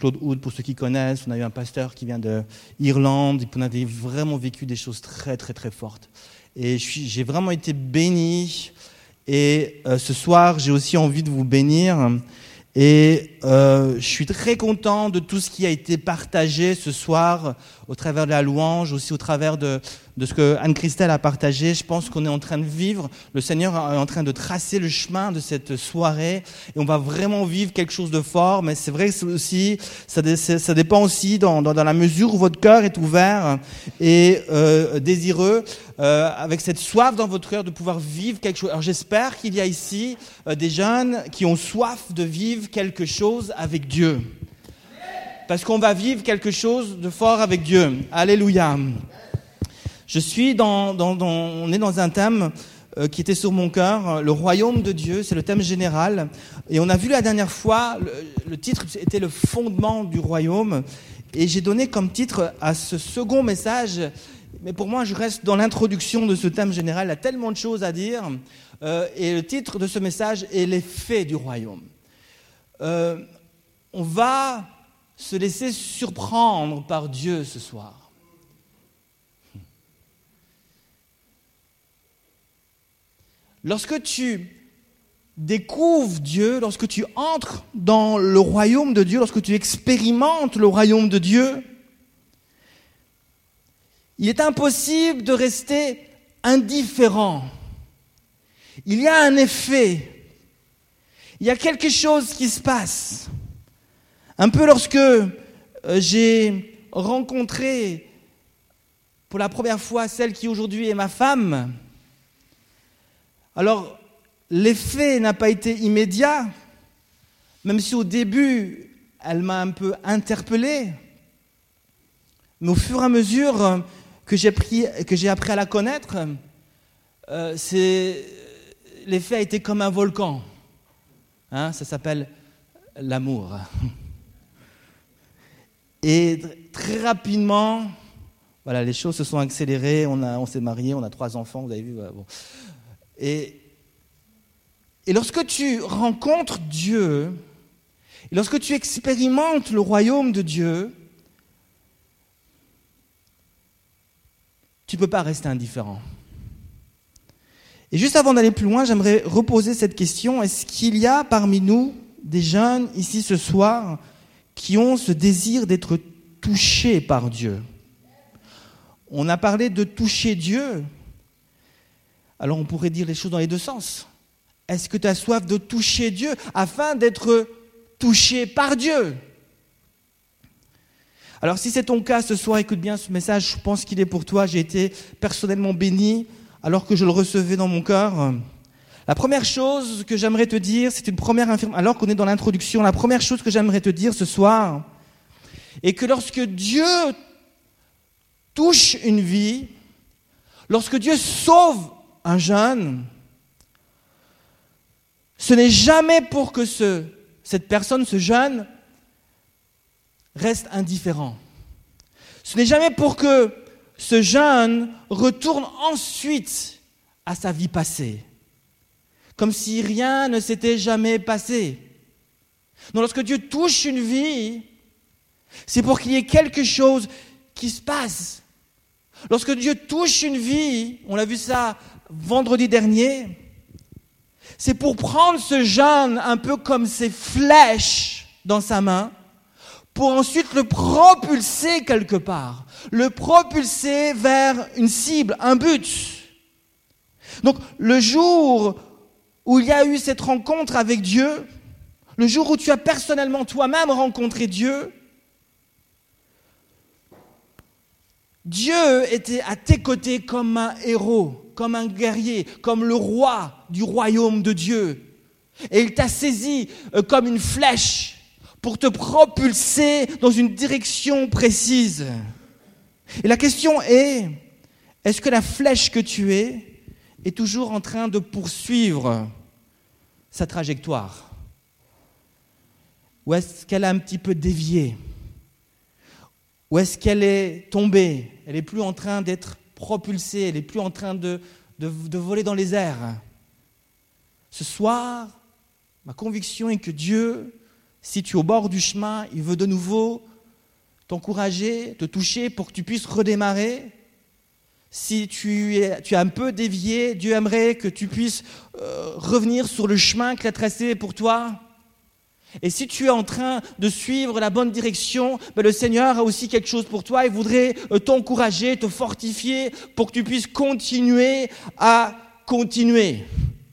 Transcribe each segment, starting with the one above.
Claude Hood, pour ceux qui connaissent. On a eu un pasteur qui vient d'Irlande. On avait vraiment vécu des choses très, très, très fortes. Et j'ai vraiment été béni. Et ce soir, j'ai aussi envie de vous bénir. Et je suis très content de tout ce qui a été partagé ce soir au travers de la louange, aussi au travers de ce que Anne-Christelle a partagé. Je pense qu'on est en train de vivre, le Seigneur est en train de tracer le chemin de cette soirée et on va vraiment vivre quelque chose de fort. Mais c'est vrai que aussi, ça dépend aussi dans la mesure où votre cœur est ouvert et désireux, avec cette soif dans votre cœur de pouvoir vivre quelque chose. Alors j'espère qu'il y a ici des jeunes qui ont soif de vivre quelque chose avec Dieu. Parce qu'on va vivre quelque chose de fort avec Dieu. Alléluia. On est dans un thème qui était sur mon cœur, le royaume de Dieu, c'est le thème général. Et on a vu la dernière fois, le titre était le fondement du royaume. Et j'ai donné comme titre à ce second message, mais pour moi je reste dans l'introduction de ce thème général, il y a tellement de choses à dire. Et le titre de ce message est les faits du royaume. On va se laisser surprendre par Dieu ce soir. Lorsque tu découvres Dieu, lorsque tu entres dans le royaume de Dieu, lorsque tu expérimentes le royaume de Dieu, il est impossible de rester indifférent. Il y a un effet, il y a quelque chose qui se passe. Un peu lorsque j'ai rencontré pour la première fois celle qui aujourd'hui est ma femme, alors l'effet n'a pas été immédiat, même si au début elle m'a un peu interpellé, mais au fur et à mesure que j'ai appris à la connaître, l'effet a été comme un volcan. Ça s'appelle l'amour. Et très rapidement, voilà, les choses se sont accélérées, on s'est mariés, on a 3 enfants, vous avez vu. Bon. Et lorsque tu rencontres Dieu, et lorsque tu expérimentes le royaume de Dieu, tu ne peux pas rester indifférent. Et juste avant d'aller plus loin, j'aimerais reposer cette question. Est-ce qu'il y a parmi nous des jeunes ici ce soir qui ont ce désir d'être touchés par Dieu? On a parlé de toucher Dieu. Alors on pourrait dire les choses dans les deux sens. Est-ce que tu as soif de toucher Dieu afin d'être touché par Dieu? Alors si c'est ton cas ce soir, écoute bien ce message, je pense qu'il est pour toi. J'ai été personnellement béni alors que je le recevais dans mon cœur. La première chose que j'aimerais te dire, c'est une première affirmation, alors qu'on est dans l'introduction, la première chose que j'aimerais te dire ce soir est que lorsque Dieu touche une vie, lorsque Dieu sauve un jeune, ce n'est jamais pour que cette personne, ce jeune, reste indifférent. Ce n'est jamais pour que ce jeune retourne ensuite à sa vie passée, comme si rien ne s'était jamais passé. Non, lorsque Dieu touche une vie, c'est pour qu'il y ait quelque chose qui se passe. Lorsque Dieu touche une vie, on l'a vu ça vendredi dernier, c'est pour prendre ce jeune un peu comme ses flèches dans sa main, pour ensuite le propulser quelque part, le propulser vers une cible, un but. Donc le jour où il y a eu cette rencontre avec Dieu, le jour où tu as personnellement toi-même rencontré Dieu, Dieu était à tes côtés comme un héros, comme un guerrier, comme le roi du royaume de Dieu. Et il t'a saisi comme une flèche pour te propulser dans une direction précise. Et la question est-ce que la flèche que tu es est toujours en train de poursuivre sa trajectoire? Ou est-ce qu'elle a un petit peu dévié? Ou est-ce qu'elle est tombée? Elle n'est plus en train d'être propulsée, elle n'est plus en train de voler dans les airs. Ce soir, ma conviction est que Dieu Si tu es au bord du chemin, il veut de nouveau t'encourager, te toucher pour que tu puisses redémarrer. Si tu as un peu dévié, Dieu aimerait que tu puisses revenir sur le chemin qu'il a tracé pour toi. Et si tu es en train de suivre la bonne direction, le Seigneur a aussi quelque chose pour toi. Il voudrait t'encourager, te fortifier pour que tu puisses continuer à continuer.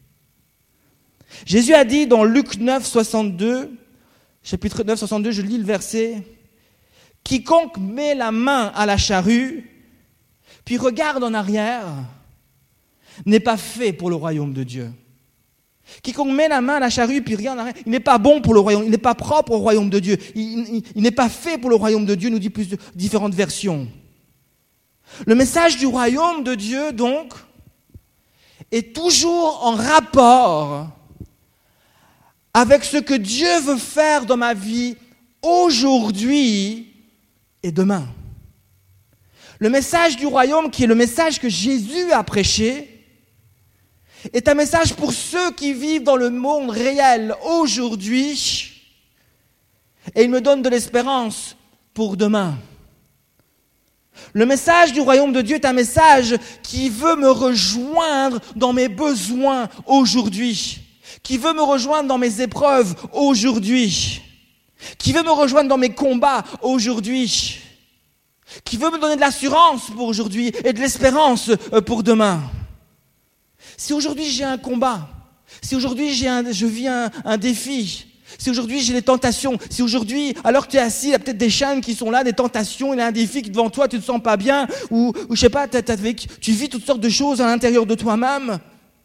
Jésus a dit dans Luc 9, 62, chapitre 9, 62, je lis le verset. « Quiconque met la main à la charrue, puis regarde en arrière, n'est pas fait pour le royaume de Dieu. » Quiconque met la main à la charrue puis regarde en arrière, il n'est pas bon pour le royaume, il n'est pas propre au royaume de Dieu. Il n'est pas fait pour le royaume de Dieu, nous dit plus de différentes versions. Le message du royaume de Dieu, donc, est toujours en rapport avec ce que Dieu veut faire dans ma vie aujourd'hui et demain. Le message du royaume, qui est le message que Jésus a prêché, est un message pour ceux qui vivent dans le monde réel aujourd'hui, et il me donne de l'espérance pour demain. Le message du royaume de Dieu est un message qui veut me rejoindre dans mes besoins aujourd'hui, qui veut me rejoindre dans mes épreuves aujourd'hui, qui veut me rejoindre dans mes combats aujourd'hui, qui veut me donner de l'assurance pour aujourd'hui et de l'espérance pour demain. Si aujourd'hui j'ai un combat, si aujourd'hui je vis un défi, si aujourd'hui j'ai des tentations, si aujourd'hui, alors que tu es assis, il y a peut-être des chaînes qui sont là, des tentations, il y a un défi qui est devant toi, tu ne te sens pas bien, ou je sais pas, tu vis toutes sortes de choses à l'intérieur de toi-même.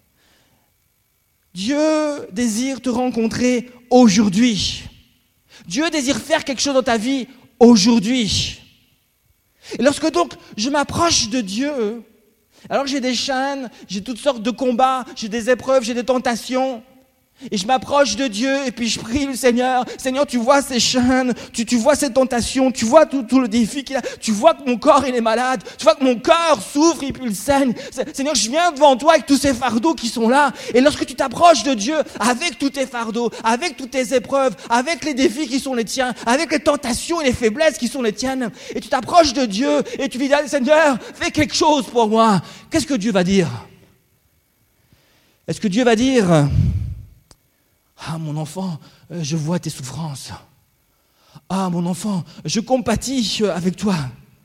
Dieu désire te rencontrer aujourd'hui. Dieu désire faire quelque chose dans ta vie aujourd'hui. Et lorsque donc je m'approche de Dieu, alors j'ai des chaînes, j'ai toutes sortes de combats, j'ai des épreuves, j'ai des tentations. Et je m'approche de Dieu et puis je prie le Seigneur. Seigneur, tu vois ces chaînes, tu vois ces tentations, tu vois tout le défi qu'il y a. Tu vois que mon corps il est malade, tu vois que mon cœur souffre et puis il saigne. Seigneur, je viens devant toi avec tous ces fardeaux qui sont là. Et lorsque tu t'approches de Dieu avec tous tes fardeaux, avec toutes tes épreuves, avec les défis qui sont les tiens, avec les tentations et les faiblesses qui sont les tiennes, et tu t'approches de Dieu et tu lui dis, Seigneur, fais quelque chose pour moi. Qu'est-ce que Dieu va dire? Est-ce que Dieu va dire... Ah, mon enfant, je vois tes souffrances. Ah, mon enfant, je compatis avec toi.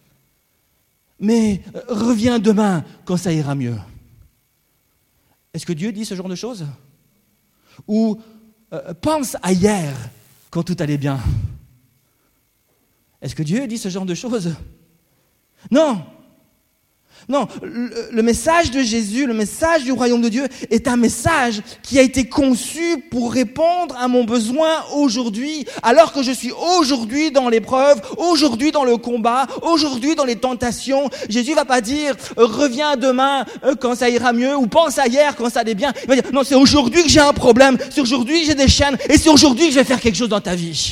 Mais reviens demain quand ça ira mieux. Est-ce que Dieu dit ce genre de choses? Ou pense à hier quand tout allait bien. Est-ce que Dieu dit ce genre de choses? Non. Non, le message de Jésus, le message du royaume de Dieu est un message qui a été conçu pour répondre à mon besoin aujourd'hui, alors que je suis aujourd'hui dans l'épreuve, aujourd'hui dans le combat, aujourd'hui dans les tentations. Jésus va pas dire reviens demain quand ça ira mieux ou pense à hier quand ça allait bien. Il va dire non, c'est aujourd'hui que j'ai un problème, c'est aujourd'hui que j'ai des chaînes et c'est aujourd'hui que je vais faire quelque chose dans ta vie.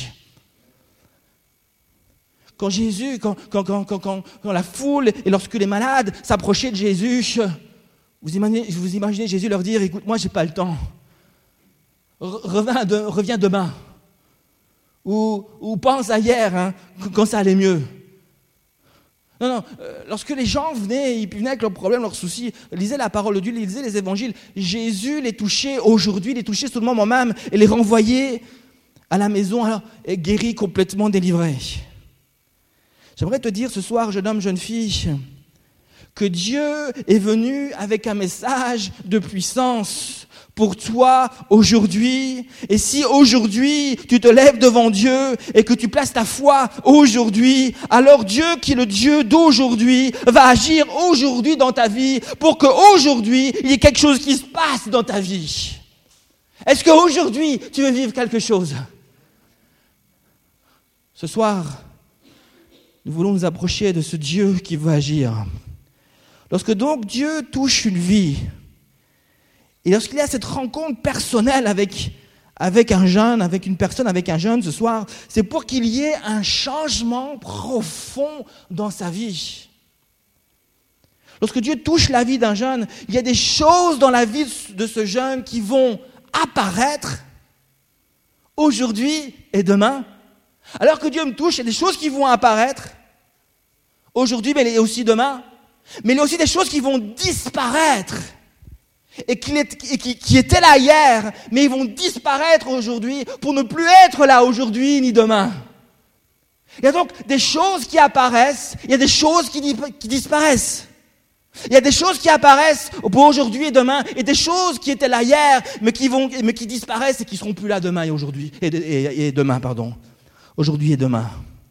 Quand Jésus, quand la foule et lorsque les malades s'approchaient de Jésus, vous imaginez Jésus leur dire, écoute, moi j'ai pas le temps, reviens demain, ou pense à hier, quand ça allait mieux. Non, lorsque les gens venaient avec leurs problèmes, leurs soucis, lisaient la parole de Dieu, lisaient les évangiles, Jésus les touchait aujourd'hui, les touchait sur le moment même et les renvoyait à la maison, alors, et guéris, complètement délivrés. J'aimerais te dire ce soir, jeune homme, jeune fille, que Dieu est venu avec un message de puissance pour toi aujourd'hui. Et si aujourd'hui tu te lèves devant Dieu et que tu places ta foi aujourd'hui, alors Dieu qui est le Dieu d'aujourd'hui va agir aujourd'hui dans ta vie pour qu'aujourd'hui il y ait quelque chose qui se passe dans ta vie. Est-ce qu'aujourd'hui tu veux vivre quelque chose? Ce soir, nous voulons nous approcher de ce Dieu qui veut agir. Lorsque donc Dieu touche une vie, et lorsqu'il y a cette rencontre personnelle avec un jeune, avec une personne, avec un jeune ce soir, c'est pour qu'il y ait un changement profond dans sa vie. Lorsque Dieu touche la vie d'un jeune, il y a des choses dans la vie de ce jeune qui vont apparaître aujourd'hui et demain. Alors que Dieu me touche, il y a des choses qui vont apparaître aujourd'hui, mais aussi demain. Mais il y a aussi des choses qui vont disparaître et qui étaient là hier, mais ils vont disparaître aujourd'hui pour ne plus être là aujourd'hui ni demain. Il y a donc des choses qui apparaissent, il y a des choses qui disparaissent. Il y a des choses qui apparaissent pour aujourd'hui et demain, et des choses qui étaient là hier, mais qui disparaissent et qui seront plus là demain et aujourd'hui et demain, pardon. Aujourd'hui et demain.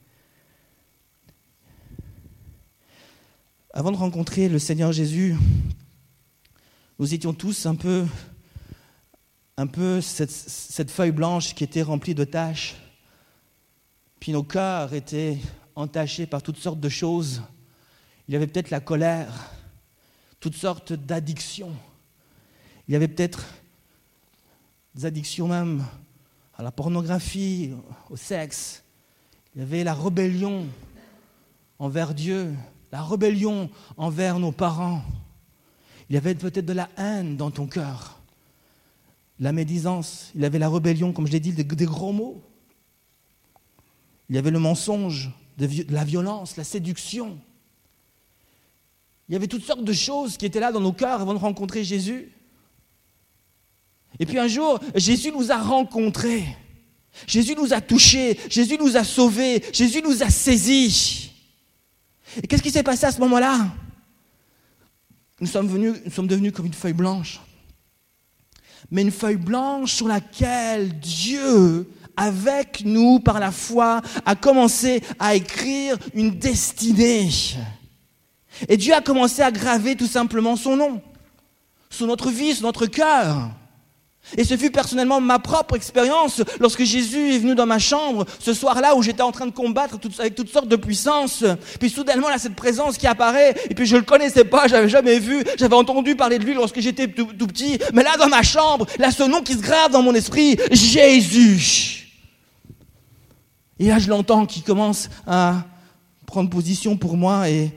Avant de rencontrer le Seigneur Jésus, nous étions tous un peu cette feuille blanche qui était remplie de taches. Puis nos cœurs étaient entachés par toutes sortes de choses. Il y avait peut-être la colère, toutes sortes d'addictions. Il y avait peut-être des addictions même à la pornographie, au sexe. Il y avait la rébellion envers Dieu, la rébellion envers nos parents. Il y avait peut-être de la haine dans ton cœur, la médisance. Il y avait la rébellion, comme je l'ai dit, des gros mots. Il y avait le mensonge, de la violence, la séduction. Il y avait toutes sortes de choses qui étaient là dans nos cœurs avant de rencontrer Jésus. Et puis un jour, Jésus nous a rencontrés. Jésus nous a touchés. Jésus nous a sauvés. Jésus nous a saisis. Et qu'est-ce qui s'est passé à ce moment-là ? Nous sommes devenus comme une feuille blanche. Mais une feuille blanche sur laquelle Dieu, avec nous, par la foi, a commencé à écrire une destinée. Et Dieu a commencé à graver tout simplement son nom sur notre vie, sur notre cœur. Et ce fut personnellement ma propre expérience lorsque Jésus est venu dans ma chambre ce soir-là où j'étais en train de combattre avec toutes sortes de puissances. Puis soudainement, là, cette présence qui apparaît, et puis je le connaissais pas, j'avais jamais vu, j'avais entendu parler de lui lorsque j'étais tout petit. Mais là, dans ma chambre, là, ce nom qui se grave dans mon esprit, Jésus. Et là, je l'entends qui commence à prendre position pour moi et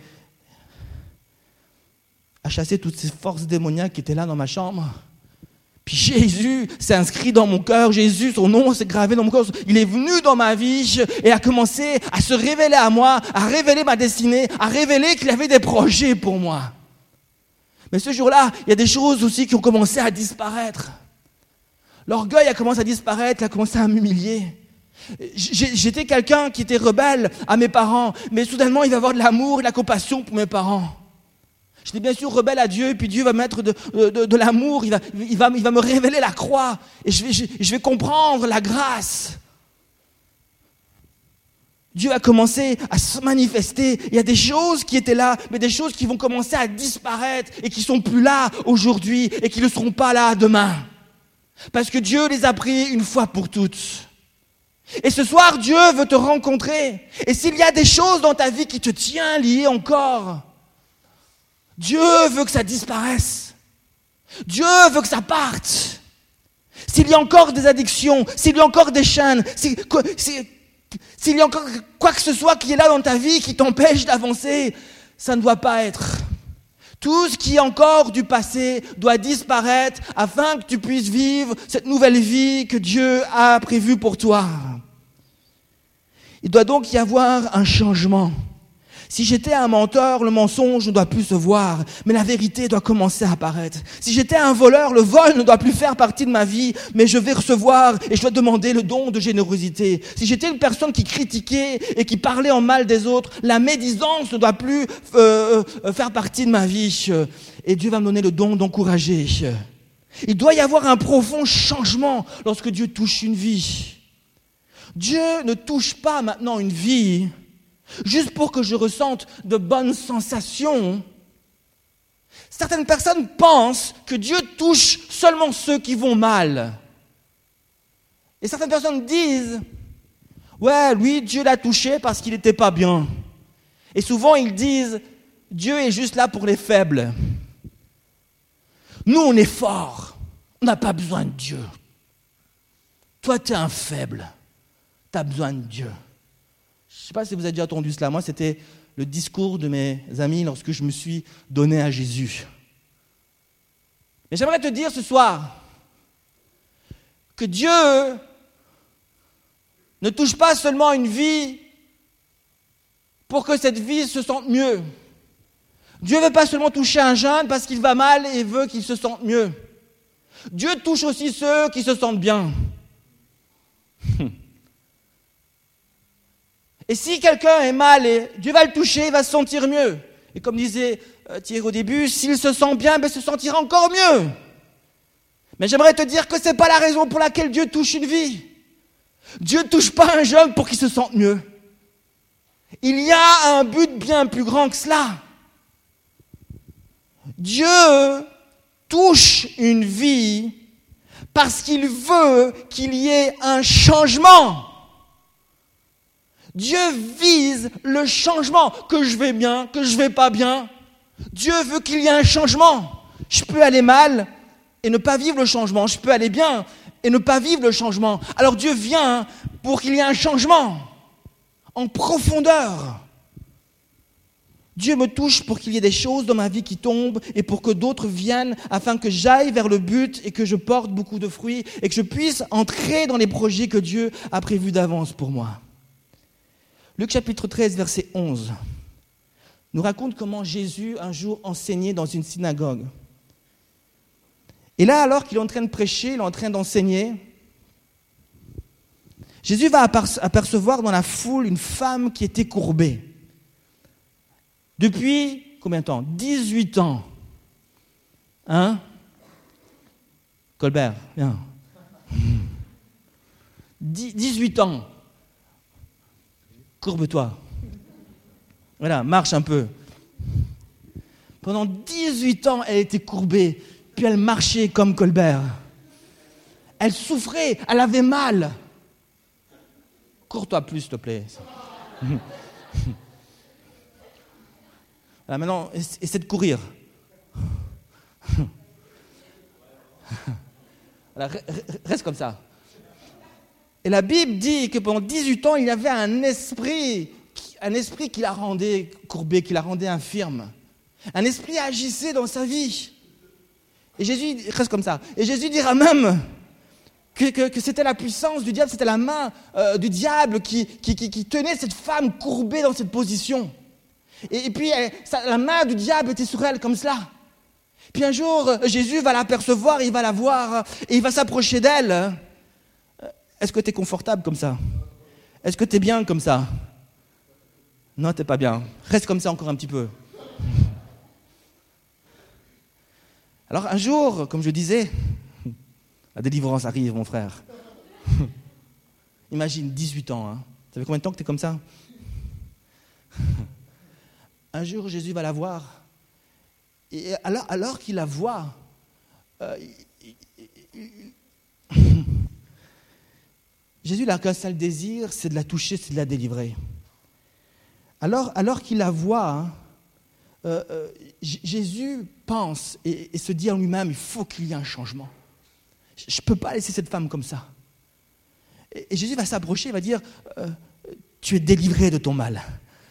à chasser toutes ces forces démoniaques qui étaient là dans ma chambre. Puis Jésus s'est inscrit dans mon cœur, Jésus, son nom s'est gravé dans mon cœur, il est venu dans ma vie et a commencé à se révéler à moi, à révéler ma destinée, à révéler qu'il avait des projets pour moi. Mais ce jour-là, il y a des choses aussi qui ont commencé à disparaître. L'orgueil a commencé à disparaître, il a commencé à m'humilier. J'étais quelqu'un qui était rebelle à mes parents, mais soudainement il va y avoir de l'amour et de la compassion pour mes parents. J'étais bien sûr rebelle à Dieu, et puis Dieu va mettre de l'amour, il va me révéler la croix, et je vais comprendre la grâce. Dieu a commencé à se manifester, il y a des choses qui étaient là, mais des choses qui vont commencer à disparaître, et qui ne sont plus là aujourd'hui, et qui ne seront pas là demain. Parce que Dieu les a pris une fois pour toutes. Et ce soir, Dieu veut te rencontrer, et s'il y a des choses dans ta vie qui te tiennent liées encore, Dieu veut que ça disparaisse. Dieu veut que ça parte. S'il y a encore des addictions, s'il y a encore des chaînes, s'il y a encore quoi que ce soit qui est là dans ta vie qui t'empêche d'avancer, ça ne doit pas être. Tout ce qui est encore du passé doit disparaître afin que tu puisses vivre cette nouvelle vie que Dieu a prévue pour toi. Il doit donc y avoir un changement. Si j'étais un menteur, le mensonge ne doit plus se voir, mais la vérité doit commencer à apparaître. Si j'étais un voleur, le vol ne doit plus faire partie de ma vie, mais je vais recevoir et je dois demander le don de générosité. Si j'étais une personne qui critiquait et qui parlait en mal des autres, la médisance ne doit plus faire partie de ma vie. Et Dieu va me donner le don d'encourager. Il doit y avoir un profond changement lorsque Dieu touche une vie. Dieu ne touche pas maintenant une vie juste pour que je ressente de bonnes sensations. Certaines personnes pensent que Dieu touche seulement ceux qui vont mal. Et certaines personnes disent, ouais, lui, Dieu l'a touché parce qu'il n'était pas bien. Et souvent, ils disent, Dieu est juste là pour les faibles. Nous, on est forts. On n'a pas besoin de Dieu. Toi, tu es un faible. Tu as besoin de Dieu. Je ne sais pas si vous avez déjà entendu cela. Moi, c'était le discours de mes amis lorsque je me suis donné à Jésus. Mais j'aimerais te dire ce soir que Dieu ne touche pas seulement une vie pour que cette vie se sente mieux. Dieu ne veut pas seulement toucher un jeune parce qu'il va mal et veut qu'il se sente mieux. Dieu touche aussi ceux qui se sentent bien. Et si quelqu'un est mal, Dieu va le toucher, il va se sentir mieux. Et comme disait Thierry au début, s'il se sent bien, il se sentira encore mieux. Mais j'aimerais te dire que ce n'est pas la raison pour laquelle Dieu touche une vie. Dieu ne touche pas un jeune pour qu'il se sente mieux. Il y a un but bien plus grand que cela. Dieu touche une vie parce qu'il veut qu'il y ait un changement. Dieu vise le changement, que je vais bien, que je vais pas bien. Dieu veut qu'il y ait un changement. Je peux aller mal et ne pas vivre le changement. Je peux aller bien et ne pas vivre le changement. Alors Dieu vient pour qu'il y ait un changement en profondeur. Dieu me touche pour qu'il y ait des choses dans ma vie qui tombent et pour que d'autres viennent afin que j'aille vers le but et que je porte beaucoup de fruits et que je puisse entrer dans les projets que Dieu a prévus d'avance pour moi. Luc chapitre 13, verset 11, nous raconte comment Jésus un jour enseignait dans une synagogue. Et là, alors qu'il est en train de prêcher, il est en train d'enseigner, Jésus va apercevoir dans la foule une femme qui était courbée. Depuis combien de temps ? 18 ans. Hein ? Colbert, viens. 18 ans. Courbe-toi. Voilà, marche un peu. Pendant 18 ans, elle était courbée, puis elle marchait comme Colbert. Elle souffrait, elle avait mal. Cours-toi plus, s'il te plaît. Voilà, maintenant, essaie de courir. Voilà, reste comme ça. Et la Bible dit que pendant 18 ans, il y avait un esprit qui la rendait courbée, qui la rendait infirme. Un esprit agissait dans sa vie. Et Jésus, reste comme ça. Et Jésus dira même que c'était la puissance du diable, c'était la main du diable qui tenait cette femme courbée dans cette position. Et puis, la main du diable était sur elle comme cela. Puis un jour, Jésus va l'apercevoir, il va la voir, et il va s'approcher d'elle. Est-ce que tu es confortable comme ça ? Est-ce que tu es bien comme ça ? Non, tu n'es pas bien. Reste comme ça encore un petit peu. Alors un jour, comme je disais, la délivrance arrive, mon frère. Imagine, 18 ans. Hein. Ça fait combien de temps que tu es comme ça ? Un jour, Jésus va la voir. Et alors qu'il la voit, Jésus n'a qu'un seul désir, c'est de la toucher, c'est de la délivrer. Alors qu'il la voit, Jésus pense et se dit en lui-même, il faut qu'il y ait un changement. Je ne peux pas laisser cette femme comme ça. Et Jésus va s'approcher, il va dire, tu es délivré de ton mal.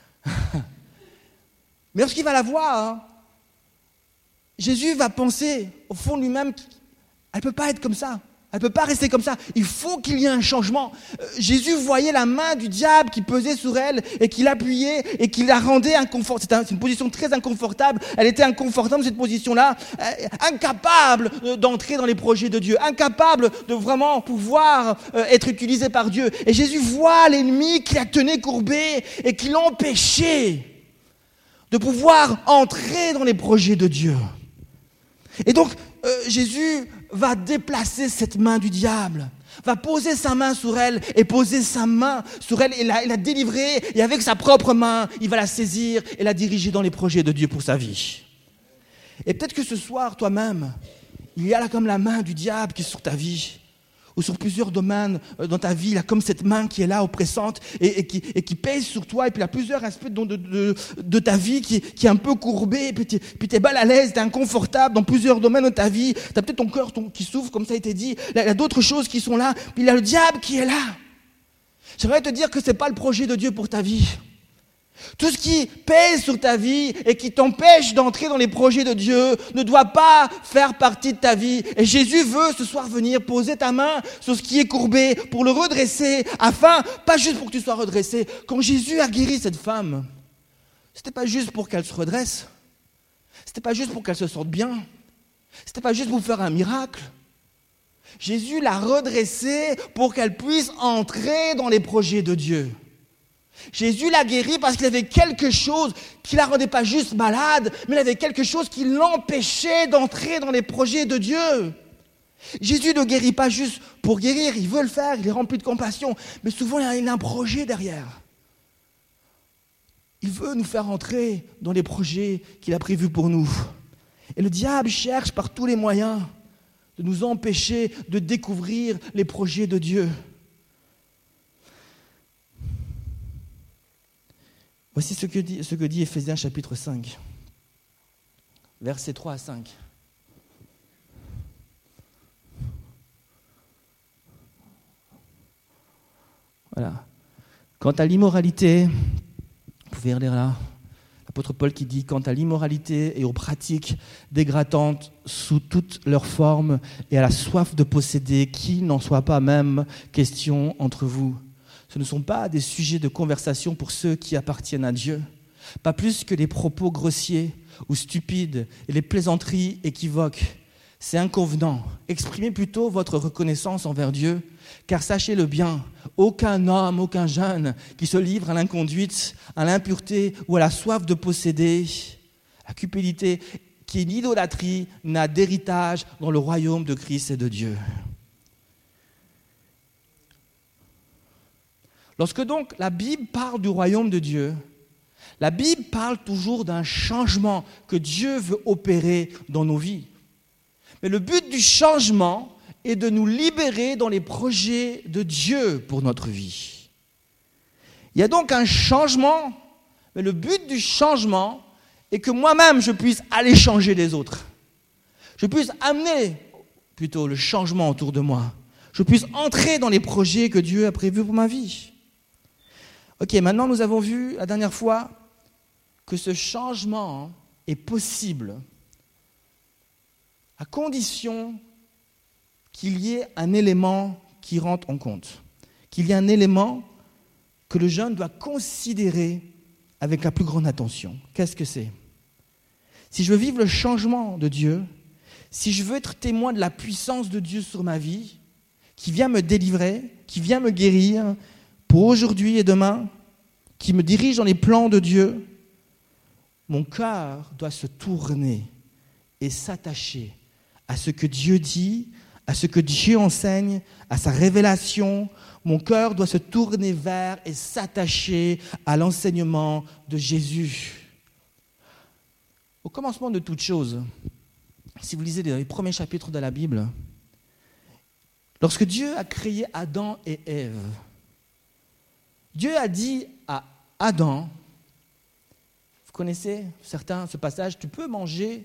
Mais lorsqu'il va la voir, Jésus va penser au fond de lui-même, elle ne peut pas être comme ça. Elle ne peut pas rester comme ça. Il faut qu'il y ait un changement. Jésus voyait la main du diable qui pesait sur elle et qui l'appuyait et qui la rendait inconfortable. C'est une position très inconfortable. Elle était inconfortable dans cette position-là, incapable d'entrer dans les projets de Dieu, incapable de vraiment pouvoir être utilisée par Dieu. Et Jésus voit l'ennemi qui la tenait courbée et qui l'empêchait de pouvoir entrer dans les projets de Dieu. Et donc, Jésus va déplacer cette main du diable, va poser sa main sur elle et poser sa main sur elle et la délivrer. Et avec sa propre main, il va la saisir et la diriger dans les projets de Dieu pour sa vie. Et peut-être que ce soir, toi-même, il y a là comme la main du diable qui est sur ta vie, ou sur plusieurs domaines dans ta vie, là, comme cette main qui est là, oppressante, et qui pèse sur toi, et puis il y a plusieurs aspects de ta vie qui est un peu courbé, et puis tu es mal à l'aise, tu es inconfortable dans plusieurs domaines de ta vie, tu as peut-être ton cœur qui souffre, comme ça a été dit, il y a d'autres choses qui sont là, puis il y a le diable qui est là. J'aimerais te dire que ce n'est pas le projet de Dieu pour ta vie. Tout ce qui pèse sur ta vie et qui t'empêche d'entrer dans les projets de Dieu ne doit pas faire partie de ta vie. Et Jésus veut ce soir venir poser ta main sur ce qui est courbé pour le redresser, afin, pas juste pour que tu sois redressé. Quand Jésus a guéri cette femme, c'était pas juste pour qu'elle se redresse, c'était pas juste pour qu'elle se sente bien, c'était pas juste pour faire un miracle. Jésus l'a redressée pour qu'elle puisse entrer dans les projets de Dieu. Jésus l'a guérie parce qu'il avait quelque chose qui ne la rendait pas juste malade, mais il avait quelque chose qui l'empêchait d'entrer dans les projets de Dieu. Jésus ne guérit pas juste pour guérir, il veut le faire, il est rempli de compassion, mais souvent il a un projet derrière. Il veut nous faire entrer dans les projets qu'il a prévus pour nous. Et le diable cherche par tous les moyens de nous empêcher de découvrir les projets de Dieu. Voici ce que dit Éphésiens chapitre 5, versets 3 à 5. Voilà. Quant à l'immoralité, vous pouvez lire là, l'apôtre Paul qui dit « Quant à l'immoralité et aux pratiques dégradantes sous toutes leurs formes et à la soif de posséder, qu'il n'en soit pas même question entre vous. » Ce ne sont pas des sujets de conversation pour ceux qui appartiennent à Dieu, pas plus que les propos grossiers ou stupides et les plaisanteries équivoques. C'est inconvenant. Exprimez plutôt votre reconnaissance envers Dieu, car sachez-le bien, aucun homme, aucun jeune qui se livre à l'inconduite, à l'impureté ou à la soif de posséder, à la cupidité, qui est l'idolâtrie, n'a d'héritage dans le royaume de Christ et de Dieu. Lorsque donc la Bible parle du royaume de Dieu, la Bible parle toujours d'un changement que Dieu veut opérer dans nos vies. Mais le but du changement est de nous libérer dans les projets de Dieu pour notre vie. Il y a donc un changement, mais le but du changement est que moi-même je puisse aller changer les autres. Je puisse amener plutôt le changement autour de moi. Je puisse entrer dans les projets que Dieu a prévus pour ma vie. Ok, maintenant nous avons vu la dernière fois que ce changement est possible à condition qu'il y ait un élément qui rentre en compte, qu'il y ait un élément que le jeune doit considérer avec la plus grande attention. Qu'est-ce que c'est ? Si je veux vivre le changement de Dieu, si je veux être témoin de la puissance de Dieu sur ma vie, qui vient me délivrer, qui vient me guérir, pour aujourd'hui et demain, qui me dirige dans les plans de Dieu, mon cœur doit se tourner et s'attacher à ce que Dieu dit, à ce que Dieu enseigne, à sa révélation. Mon cœur doit se tourner vers et s'attacher à l'enseignement de Jésus. Au commencement de toute chose, si vous lisez les premiers chapitres de la Bible, lorsque Dieu a créé Adam et Ève, Dieu a dit à Adam, vous connaissez ce passage, tu peux manger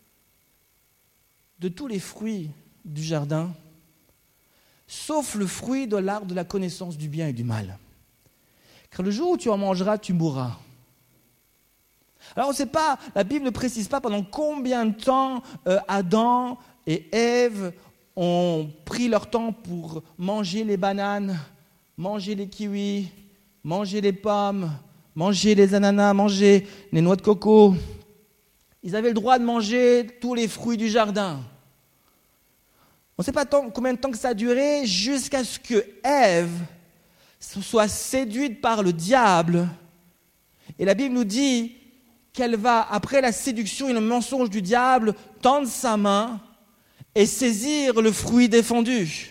de tous les fruits du jardin, sauf le fruit de l'arbre de la connaissance du bien et du mal. Car le jour où tu en mangeras, tu mourras. Alors on ne sait pas, la Bible ne précise pas pendant combien de temps Adam et Ève ont pris leur temps pour manger les bananes, manger les kiwis, manger les pommes, manger les ananas, manger les noix de coco. Ils avaient le droit de manger tous les fruits du jardin. On ne sait pas combien de temps que ça a duré jusqu'à ce que Ève soit séduite par le diable. Et la Bible nous dit qu'elle va, après la séduction et le mensonge du diable, tendre sa main et saisir le fruit défendu.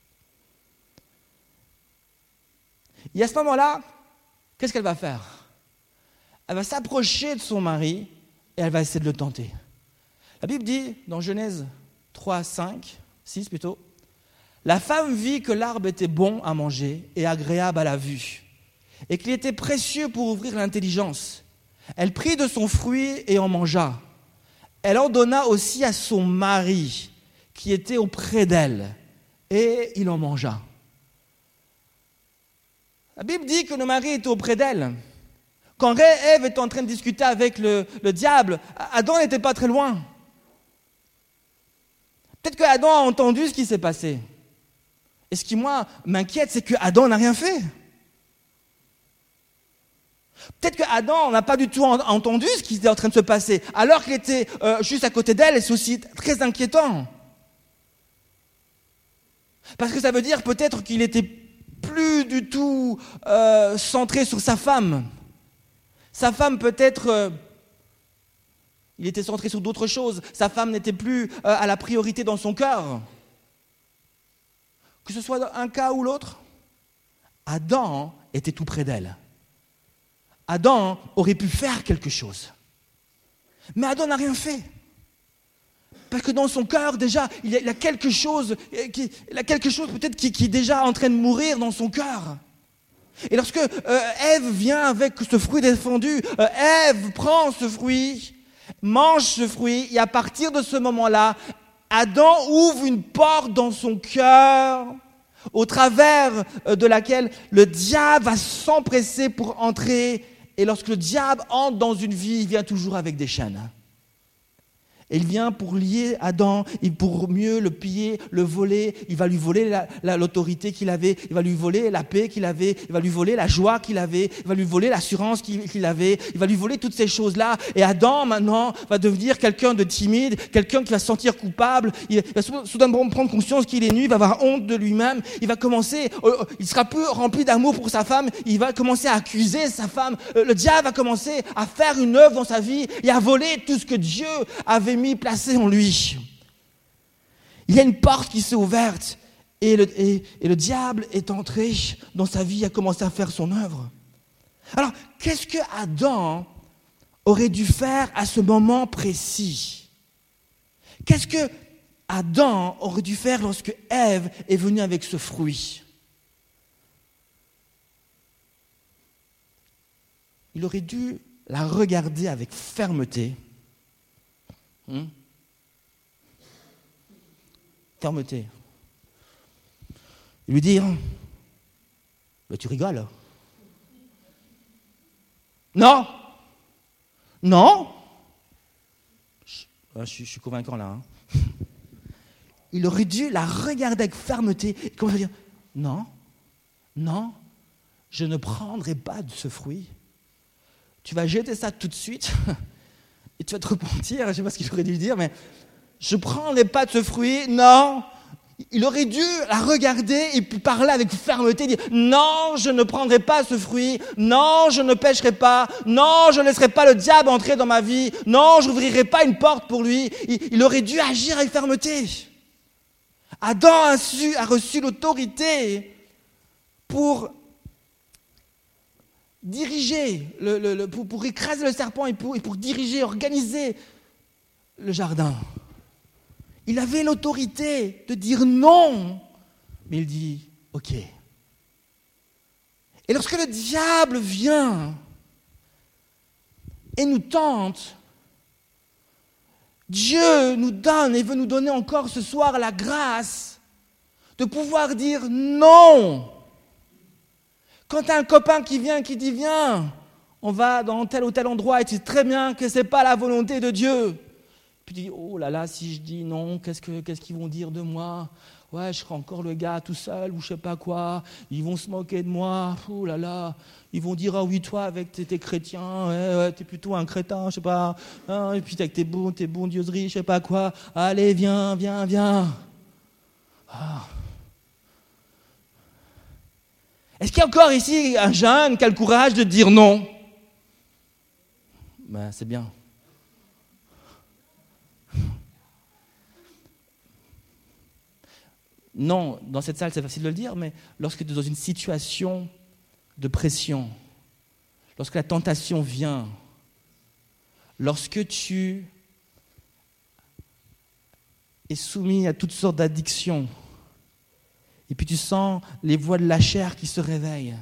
Et à ce moment-là, qu'est-ce qu'elle va faire ? Elle va s'approcher de son mari et elle va essayer de le tenter. La Bible dit, dans Genèse 3, 6 plutôt, « La femme vit que l'arbre était bon à manger et agréable à la vue, et qu'il était précieux pour ouvrir l'intelligence. Elle prit de son fruit et en mangea. Elle en donna aussi à son mari, qui était auprès d'elle, et il en mangea. » La Bible dit que le mari était auprès d'elle. Quand Ève était en train de discuter avec le diable, Adam n'était pas très loin. Peut-être que Adam a entendu ce qui s'est passé. Et ce qui, moi, m'inquiète, c'est que Adam n'a rien fait. Peut-être que Adam n'a pas du tout entendu ce qui était en train de se passer, alors qu'il était juste à côté d'elle, et c'est aussi très inquiétant. Parce que ça veut dire peut-être qu'il était plus du tout centré sur sa femme. Sa femme peut-être, il était centré sur d'autres choses. Sa femme n'était plus à la priorité dans son cœur. Que ce soit un cas ou l'autre, Adam était tout près d'elle. Adam aurait pu faire quelque chose. Mais Adam n'a rien fait. Parce que dans son cœur, déjà, il a quelque chose, peut-être qui est déjà en train de mourir dans son cœur. Et lorsque Ève vient avec ce fruit défendu, Ève prend ce fruit, mange ce fruit, et à partir de ce moment-là, Adam ouvre une porte dans son cœur, au travers de laquelle le diable va s'empresser pour entrer. Et lorsque le diable entre dans une vie, il vient toujours avec des chaînes. Et il vient pour lier Adam, et pour mieux le piller, le voler. Il va lui voler l'autorité qu'il avait, il va lui voler la paix qu'il avait, il va lui voler la joie qu'il avait, il va lui voler l'assurance qu'il avait, il va lui voler toutes ces choses-là. Et Adam, maintenant, va devenir quelqu'un de timide, quelqu'un qui va se sentir coupable. Il va soudainement prendre conscience qu'il est nu, il va avoir honte de lui-même. Il va commencer, il sera plus rempli d'amour pour sa femme, il va commencer à accuser sa femme. Le diable va commencer à faire une œuvre dans sa vie et à voler tout ce que Dieu avait placé en lui. Il y a une porte qui s'est ouverte et le diable est entré dans sa vie et a commencé à faire son œuvre. Alors, qu'est-ce que Adam aurait dû faire à ce moment précis? Qu'est-ce que Adam aurait dû faire lorsque Ève est venue avec ce fruit? Il aurait dû la regarder avec fermeté. Fermeté. Et lui dire, tu rigoles? Non. Je suis convaincant là. Il aurait dû la regarder avec fermeté et commencer à dire, non, je ne prendrai pas de ce fruit. Tu vas jeter ça tout de suite. Et tu vas te repentir, je ne sais pas ce qu'il aurait dû dire, mais je ne prendrai pas de ce fruit, non. Il aurait dû la regarder et puis parler avec fermeté, dire non, je ne prendrai pas ce fruit, non, je ne pécherai pas, non, je ne laisserai pas le diable entrer dans ma vie, non, je n'ouvrirai pas une porte pour lui. Il aurait dû agir avec fermeté. Adam a reçu l'autorité pour diriger, pour écraser le serpent et pour diriger, organiser le jardin. Il avait l'autorité de dire non, mais il dit ok. Et lorsque le diable vient et nous tente, Dieu nous donne et veut nous donner encore ce soir la grâce de pouvoir dire non. Quand tu as un copain qui vient, qui dit viens, on va dans tel ou tel endroit et tu sais très bien que ce n'est pas la volonté de Dieu. Puis tu dis oh là là, si je dis non, qu'est-ce qu'ils vont dire de moi? Ouais, je serai encore le gars tout seul ou je sais pas quoi. Ils vont se moquer de moi. Oh là là, ils vont dire ah oui toi avec t'es chrétien, ouais, t'es plutôt un crétin, je sais pas. Hein, et puis avec tes bondieuseries, je sais pas quoi. Allez viens. Ah. Est-ce qu'il y a encore ici un jeune qui a le courage de dire non? Ben, c'est bien. Non, dans cette salle, c'est facile de le dire, mais lorsque tu es dans une situation de pression, lorsque la tentation vient, lorsque tu es soumis à toutes sortes d'addictions, et puis tu sens les voix de la chair qui se réveillent,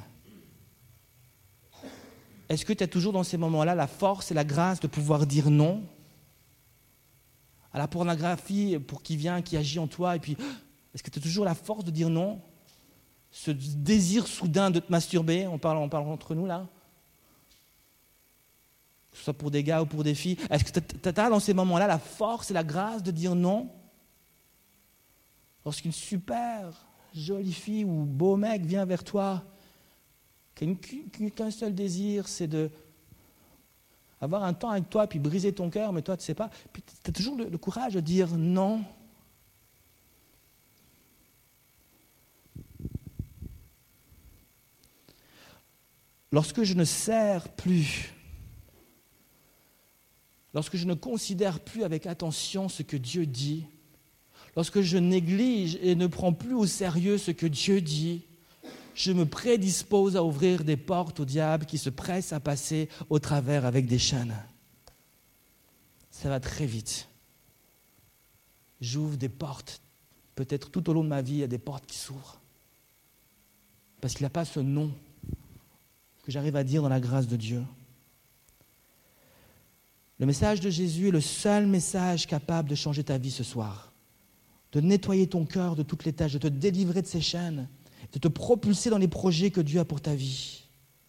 est-ce que tu as toujours dans ces moments-là la force et la grâce de pouvoir dire non à la pornographie pour qui vient, qui agit en toi, et puis est-ce que tu as toujours la force de dire non? Ce désir soudain de te masturber, on parle entre nous là. ce soit pour des gars ou pour des filles, est-ce que tu as dans ces moments-là la force et la grâce de dire non? Lorsqu'une super jolie fille ou beau mec vient vers toi, qu'un seul désir, c'est de avoir un temps avec toi, puis briser ton cœur, mais toi, tu ne sais pas. Puis tu as toujours le courage de dire non. Lorsque je ne sers plus, lorsque je ne considère plus avec attention ce que Dieu dit, lorsque je néglige et ne prends plus au sérieux ce que Dieu dit, je me prédispose à ouvrir des portes au diable qui se presse à passer au travers avec des chaînes. Ça va très vite. J'ouvre des portes. Peut-être tout au long de ma vie, il y a des portes qui s'ouvrent. Parce qu'il n'y a pas ce nom que j'arrive à dire dans la grâce de Dieu. Le message de Jésus est le seul message capable de changer ta vie ce soir, de nettoyer ton cœur de toutes les tâches, de te délivrer de ces chaînes, de te propulser dans les projets que Dieu a pour ta vie.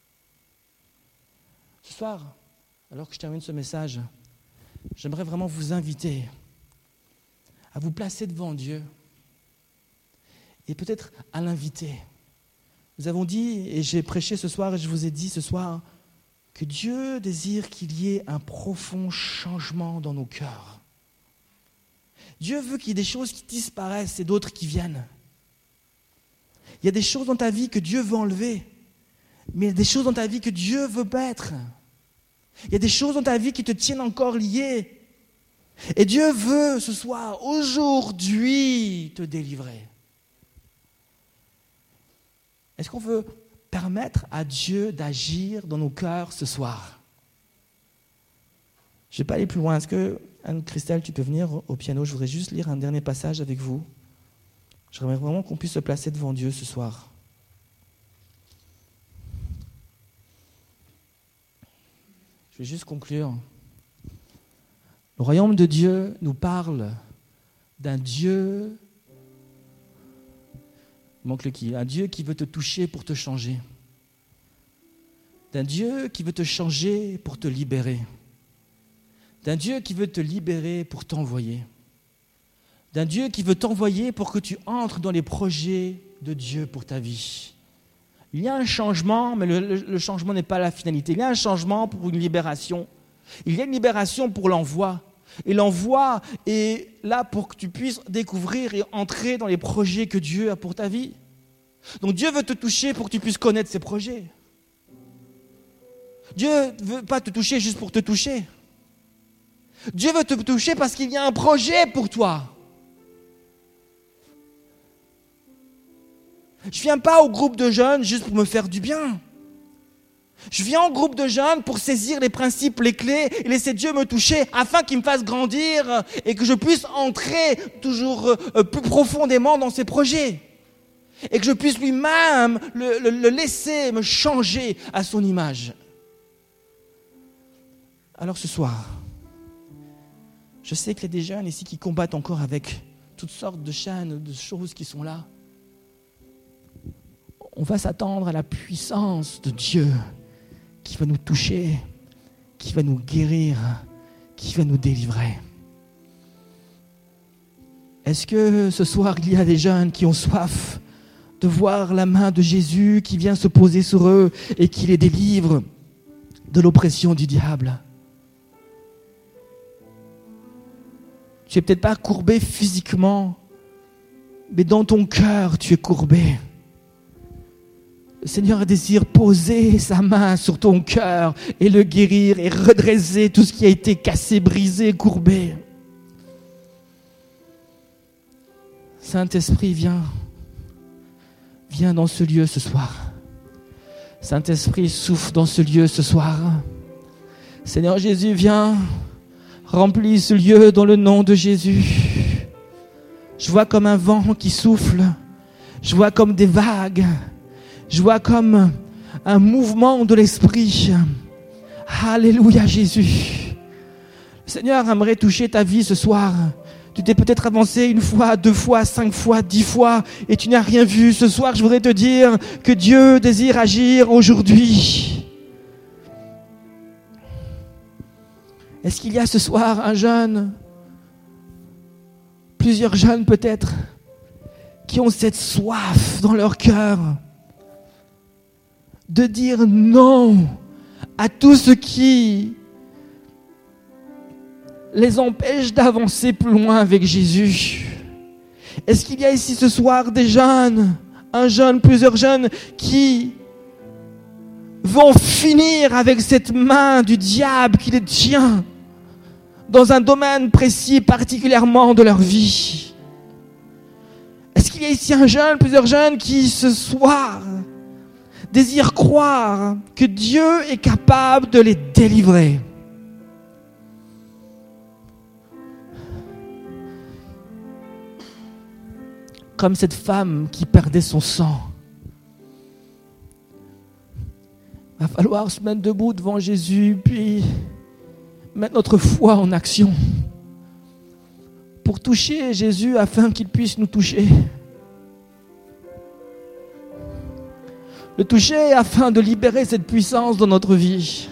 Ce soir, alors que je termine ce message, j'aimerais vraiment vous inviter à vous placer devant Dieu et peut-être à l'inviter. Nous avons dit, et j'ai prêché ce soir, et je vous ai dit ce soir, que Dieu désire qu'il y ait un profond changement dans nos cœurs. Dieu veut qu'il y ait des choses qui disparaissent et d'autres qui viennent. Il y a des choses dans ta vie que Dieu veut enlever, mais il y a des choses dans ta vie que Dieu veut mettre. Il y a des choses dans ta vie qui te tiennent encore liées. Et Dieu veut ce soir, aujourd'hui, te délivrer. Est-ce qu'on veut permettre à Dieu d'agir dans nos cœurs ce soir? Je ne vais pas aller plus loin. Est-ce que, Anne-Christelle, tu peux venir au piano? Je voudrais juste lire un dernier passage avec vous. J'aimerais vraiment qu'on puisse se placer devant Dieu ce soir. Je vais juste conclure. Le royaume de Dieu nous parle d'un Dieu... Il manque le qui. Un Dieu qui veut te toucher pour te changer. D'un Dieu qui veut te changer pour te libérer. D'un Dieu qui veut te libérer pour t'envoyer. D'un Dieu qui veut t'envoyer pour que tu entres dans les projets de Dieu pour ta vie. Il y a un changement, mais le changement n'est pas la finalité. Il y a un changement pour une libération. Il y a une libération pour l'envoi. Et l'envoi est là pour que tu puisses découvrir et entrer dans les projets que Dieu a pour ta vie. Donc Dieu veut te toucher pour que tu puisses connaître ses projets. Dieu ne veut pas te toucher juste pour te toucher. Dieu veut te toucher parce qu'il y a un projet pour toi. Je ne viens pas au groupe de jeunes juste pour me faire du bien. Je viens au groupe de jeunes pour saisir les principes, les clés et laisser Dieu me toucher afin qu'il me fasse grandir et que je puisse entrer toujours plus profondément dans ses projets. Et que je puisse lui-même le laisser me changer à son image. Alors ce soir, je sais qu'il y a des jeunes ici qui combattent encore avec toutes sortes de chaînes, de choses qui sont là. On va s'attendre à la puissance de Dieu qui va nous toucher, qui va nous guérir, qui va nous délivrer. Est-ce que ce soir, il y a des jeunes qui ont soif de voir la main de Jésus qui vient se poser sur eux et qui les délivre de l'oppression du diable? Tu n'es peut-être pas courbé physiquement, mais dans ton cœur, tu es courbé. Le Seigneur désire poser sa main sur ton cœur et le guérir et redresser tout ce qui a été cassé, brisé, courbé. Saint-Esprit, viens dans ce lieu ce soir. Saint-Esprit, souffle dans ce lieu ce soir. Seigneur Jésus, viens, remplis ce lieu dans le nom de Jésus. Je vois comme un vent qui souffle. Je vois comme des vagues. Je vois comme un mouvement de l'esprit. Alléluia Jésus. Le Seigneur aimerait toucher ta vie ce soir. Tu t'es peut-être avancé 1 fois, 2 fois, 5 fois, 10 fois et tu n'as rien vu. Ce soir, je voudrais te dire que Dieu désire agir aujourd'hui. Est-ce qu'il y a ce soir un jeune, plusieurs jeunes peut-être, qui ont cette soif dans leur cœur de dire non à tout ce qui les empêche d'avancer plus loin avec Jésus? Est-ce qu'il y a ici ce soir des jeunes, un jeune, plusieurs jeunes qui vont finir avec cette main du diable qui les tient dans un domaine précis, particulièrement de leur vie? Est-ce qu'il y a ici un jeune, plusieurs jeunes qui ce soir désirent croire que Dieu est capable de les délivrer? Comme cette femme qui perdait son sang. Il va falloir se mettre debout devant Jésus, puis mettre notre foi en action pour toucher Jésus afin qu'il puisse nous toucher. Le toucher afin de libérer cette puissance dans notre vie.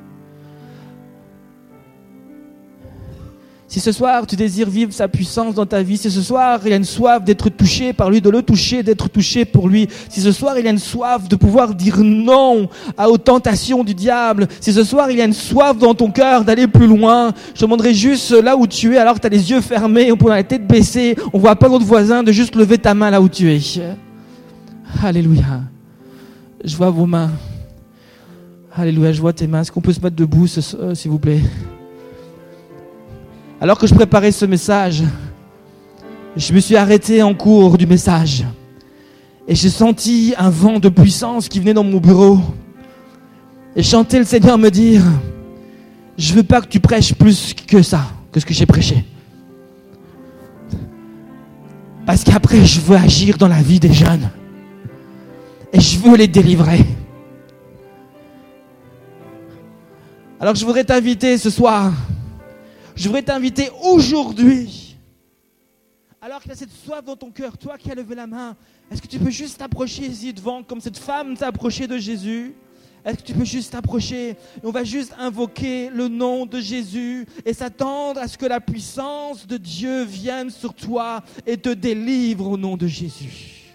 Si ce soir tu désires vivre sa puissance dans ta vie, si ce soir il y a une soif d'être touché par lui, de le toucher, d'être touché pour lui, si ce soir il y a une soif de pouvoir dire non aux tentations du diable, si ce soir il y a une soif dans ton cœur d'aller plus loin, je te demanderai juste là où tu es, alors que tu as les yeux fermés, on peut la tête baissée, on voit pas l'autre voisin, de juste lever ta main là où tu es. Alléluia. Je vois vos mains. Alléluia, je vois tes mains. Est-ce qu'on peut se mettre debout, s'il vous plaît? Alors que je préparais ce message, je me suis arrêté en cours du message et j'ai senti un vent de puissance qui venait dans mon bureau et chanter le Seigneur me dire: je veux pas que tu prêches plus que ça, que ce que j'ai prêché, parce qu'après je veux agir dans la vie des jeunes et je veux les délivrer. Alors je voudrais t'inviter ce soir, je voudrais t'inviter aujourd'hui, alors qu'il y a cette soif dans ton cœur, toi qui as levé la main, est-ce que tu peux juste t'approcher ici devant, comme cette femme s'est approchée de Jésus? Est-ce que tu peux juste t'approcher? Et on va juste invoquer le nom de Jésus et s'attendre à ce que la puissance de Dieu vienne sur toi et te délivre au nom de Jésus.